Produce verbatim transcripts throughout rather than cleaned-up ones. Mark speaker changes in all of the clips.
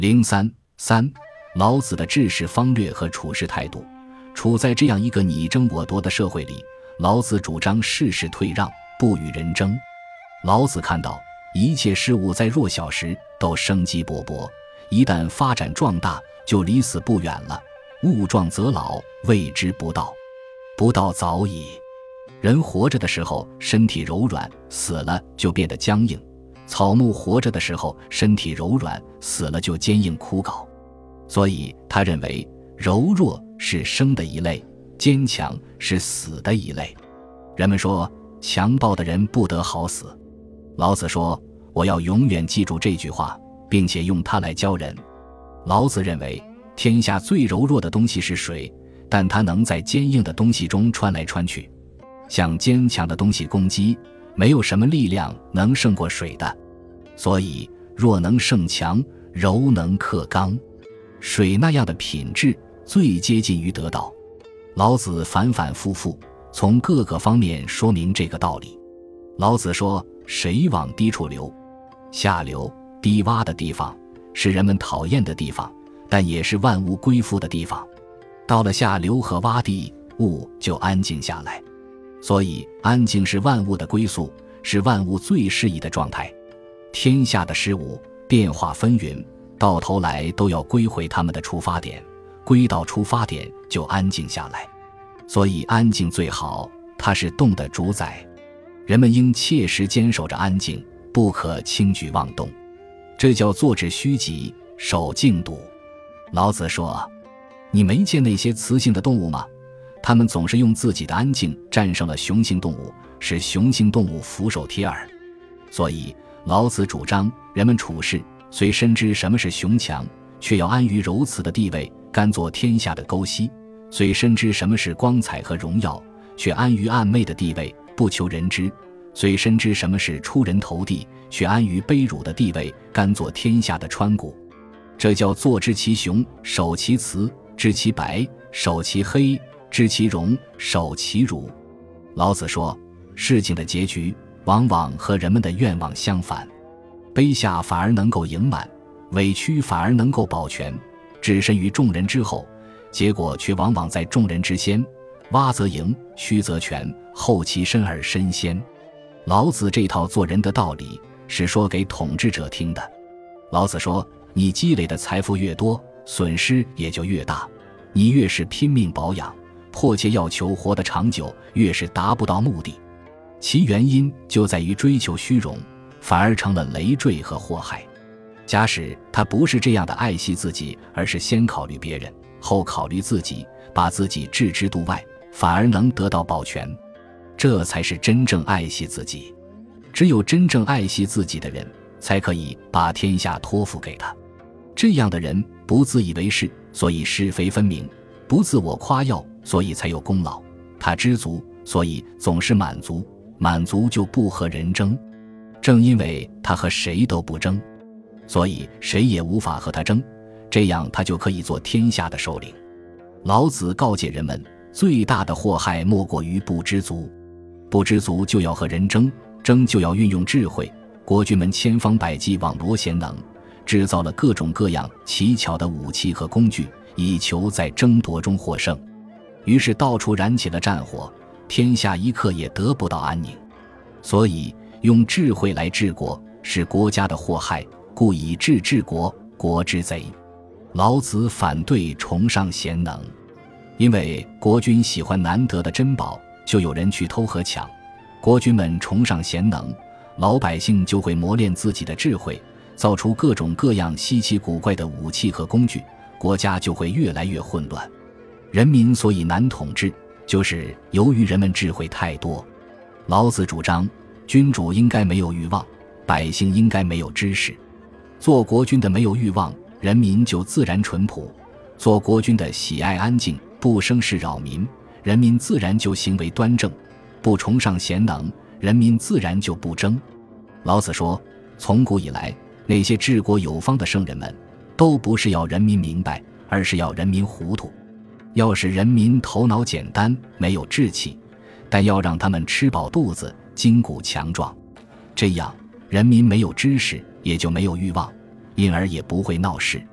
Speaker 1: 零三三，老子的治世方略和处事态度。处在这样一个你争我夺的社会里，老子主张事事退让，不与人争。老子看到一切事物在弱小时都生机勃勃，一旦发展壮大，就离死不远了。物壮则老，谓之不道。不道早已。人活着的时候身体柔软，死了就变得僵硬；草木活着的时候身体柔软，死了就坚硬枯槁。所以他认为柔弱是生的一类，坚强是死的一类。人们说强暴的人不得好死，老子说我要永远记住这句话，并且用它来教人。老子认为天下最柔弱的东西是水，但它能在坚硬的东西中穿来穿去。向坚强的东西攻击，没有什么力量能胜过水的。所以弱能胜强，柔能克刚。水那样的品质最接近于得道。老子反反复复从各个方面说明这个道理。老子说，水往低处流，下流低洼的地方是人们讨厌的地方，但也是万物归附的地方。到了下流和洼地，物就安静下来。所以安静是万物的归宿，是万物最适宜的状态。天下的事物变化纷纭，到头来都要归回他们的出发点，归到出发点就安静下来。所以安静最好，它是动的主宰。人们应切实坚守着安静，不可轻举妄动，这叫坐致虚极，守静笃。老子说，你没见那些雌性的动物吗？它们总是用自己的安静战胜了雄性动物，使雄性动物俯首帖耳。所以老子主张人们处事虽深知什么是雄强，却要安于柔慈的地位，甘做天下的沟溪；虽深知什么是光彩和荣耀，却安于暗昧的地位，不求人知；虽深知什么是出人头地，却安于卑辱的地位，甘做天下的川谷。这叫坐知其雄，守其雌，知其白，守其黑，知其荣，守其辱。老子说，事情的结局往往和人们的愿望相反，卑下反而能够盈满，委屈反而能够保全，置身于众人之后，结果却往往在众人之先。洼则盈，曲则全，后其身而身先。老子这套做人的道理是说给统治者听的。老子说，你积累的财富越多，损失也就越大。你越是拼命保养，迫切要求活得长久，越是达不到目的。其原因就在于追求虚荣，反而成了累赘和祸害。假使他不是这样的爱惜自己，而是先考虑别人，后考虑自己，把自己置之度外，反而能得到保全。这才是真正爱惜自己。只有真正爱惜自己的人，才可以把天下托付给他。这样的人不自以为是，所以是非分明；不自我夸耀，所以才有功劳。他知足，所以总是满足，满足就不和人争。正因为他和谁都不争，所以谁也无法和他争，这样他就可以做天下的首领。老子告诫人们，最大的祸害莫过于不知足。不知足就要和人争，争就要运用智慧。国君们千方百计网罗贤能，制造了各种各样奇巧的武器和工具，以求在争夺中获胜。于是到处燃起了战火，天下一刻也得不到安宁。所以用智慧来治国是国家的祸害，故以智治国，国之贼。老子反对崇尚贤能，因为国君喜欢难得的珍宝，就有人去偷和抢；国君们崇尚贤能，老百姓就会磨练自己的智慧，造出各种各样稀奇古怪的武器和工具，国家就会越来越混乱。人民所以难统治，就是由于人们智慧太多。老子主张，君主应该没有欲望，百姓应该没有知识。做国君的没有欲望，人民就自然淳朴；做国君的喜爱安静，不生事扰民，人民自然就行为端正；不崇尚贤能，人民自然就不争。老子说，从古以来，那些治国有方的圣人们，都不是要人民明白，而是要人民糊涂。要使人民头脑简单，没有志气，但要让他们吃饱肚子，筋骨强壮。这样，人民没有知识，也就没有欲望，因而也不会闹事。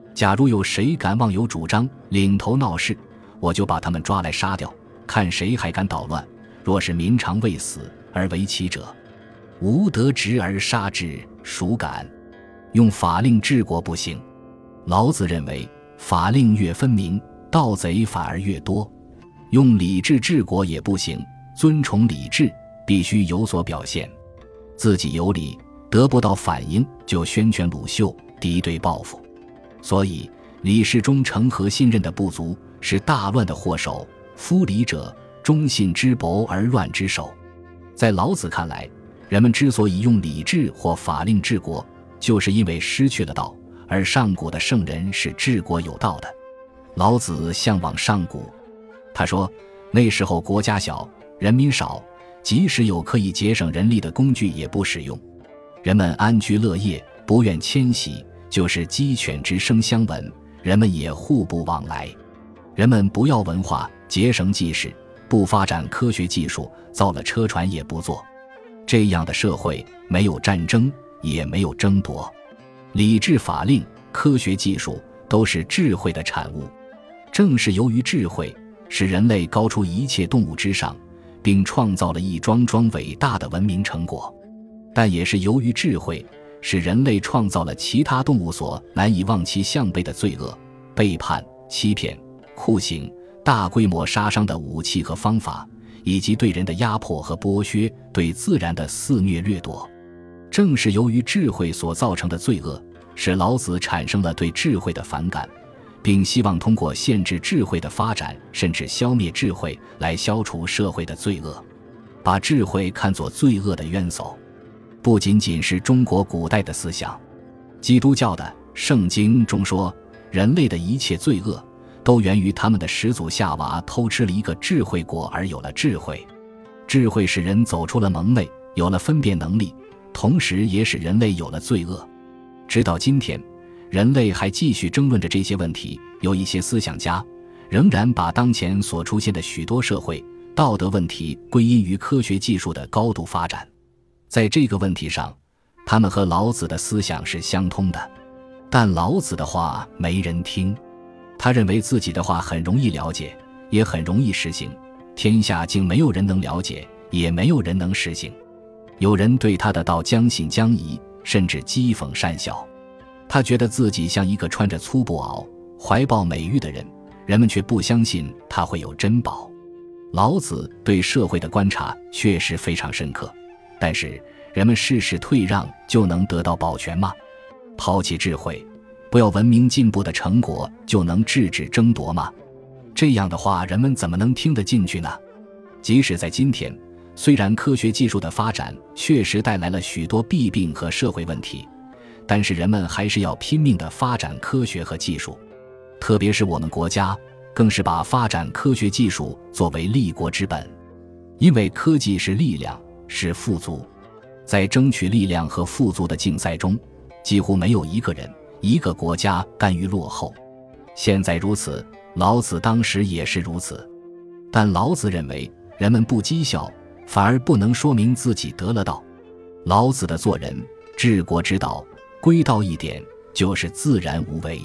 Speaker 1: 假如有谁敢妄有主张，领头闹事，我就把他们抓来杀掉，看谁还敢捣乱。若是民常未死而为其者，吾得执而杀之，孰敢？用法令治国不行。老子认为，法令越分明，盗贼反而越多。用礼制治国也不行，尊崇礼制必须有所表现。自己有理得不到反应，就宣权鲁秀，敌对报复。所以礼事忠诚和信任的不足是大乱的祸首。夫礼者，忠信之薄而乱之首。在老子看来，人们之所以用礼制或法令治国，就是因为失去了道，而上古的圣人是治国有道的。老子向往上古，他说，那时候国家小，人民少，即使有可以节省人力的工具也不使用，人们安居乐业，不愿迁徙，就是鸡犬之声相闻，人们也互不往来。人们不要文化，节省济世，不发展科学技术，造了车船也不做。这样的社会没有战争，也没有争夺。礼制法令、科学技术都是智慧的产物。正是由于智慧，使人类高出一切动物之上，并创造了一桩桩伟大的文明成果。但也是由于智慧，使人类创造了其他动物所难以望其项背的罪恶、背叛、欺骗、酷刑、大规模杀伤的武器和方法，以及对人的压迫和剥削，对自然的肆虐掠夺。正是由于智慧所造成的罪恶，使老子产生了对智慧的反感，并希望通过限制智慧的发展，甚至消灭智慧，来消除社会的罪恶。把智慧看作罪恶的冤首，不仅仅是中国古代的思想。基督教的圣经中说，人类的一切罪恶都源于他们的始祖夏娃偷吃了一个智慧果而有了智慧。智慧使人走出了蒙昧，有了分辨能力，同时也使人类有了罪恶。直到今天，人类还继续争论着这些问题，有一些思想家仍然把当前所出现的许多社会道德问题归因于科学技术的高度发展。在这个问题上，他们和老子的思想是相通的，但老子的话没人听。他认为自己的话很容易了解，也很容易实行，天下竟没有人能了解，也没有人能实行。有人对他的道将信将疑，甚至讥讽讪笑。他觉得自己像一个穿着粗布袄、怀抱美玉的人，人们却不相信他会有珍宝。老子对社会的观察确实非常深刻，但是人们事事退让就能得到保全吗？抛弃智慧，不要文明进步的成果，就能制止争夺吗？这样的话，人们怎么能听得进去呢？即使在今天，虽然科学技术的发展确实带来了许多弊病和社会问题，但是人们还是要拼命地发展科学和技术。特别是我们国家，更是把发展科学技术作为立国之本。因为科技是力量，是富足。在争取力量和富足的竞赛中，几乎没有一个人、一个国家甘于落后。现在如此，老子当时也是如此。但老子认为，人们不讥笑，反而不能说明自己得了道。老子的做人、治国之道，归到一点，就是自然无为。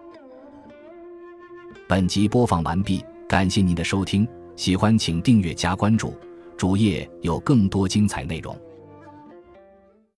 Speaker 1: 本集播放完毕，感谢您的收听，喜欢请订阅加关注，主页有更多精彩内容。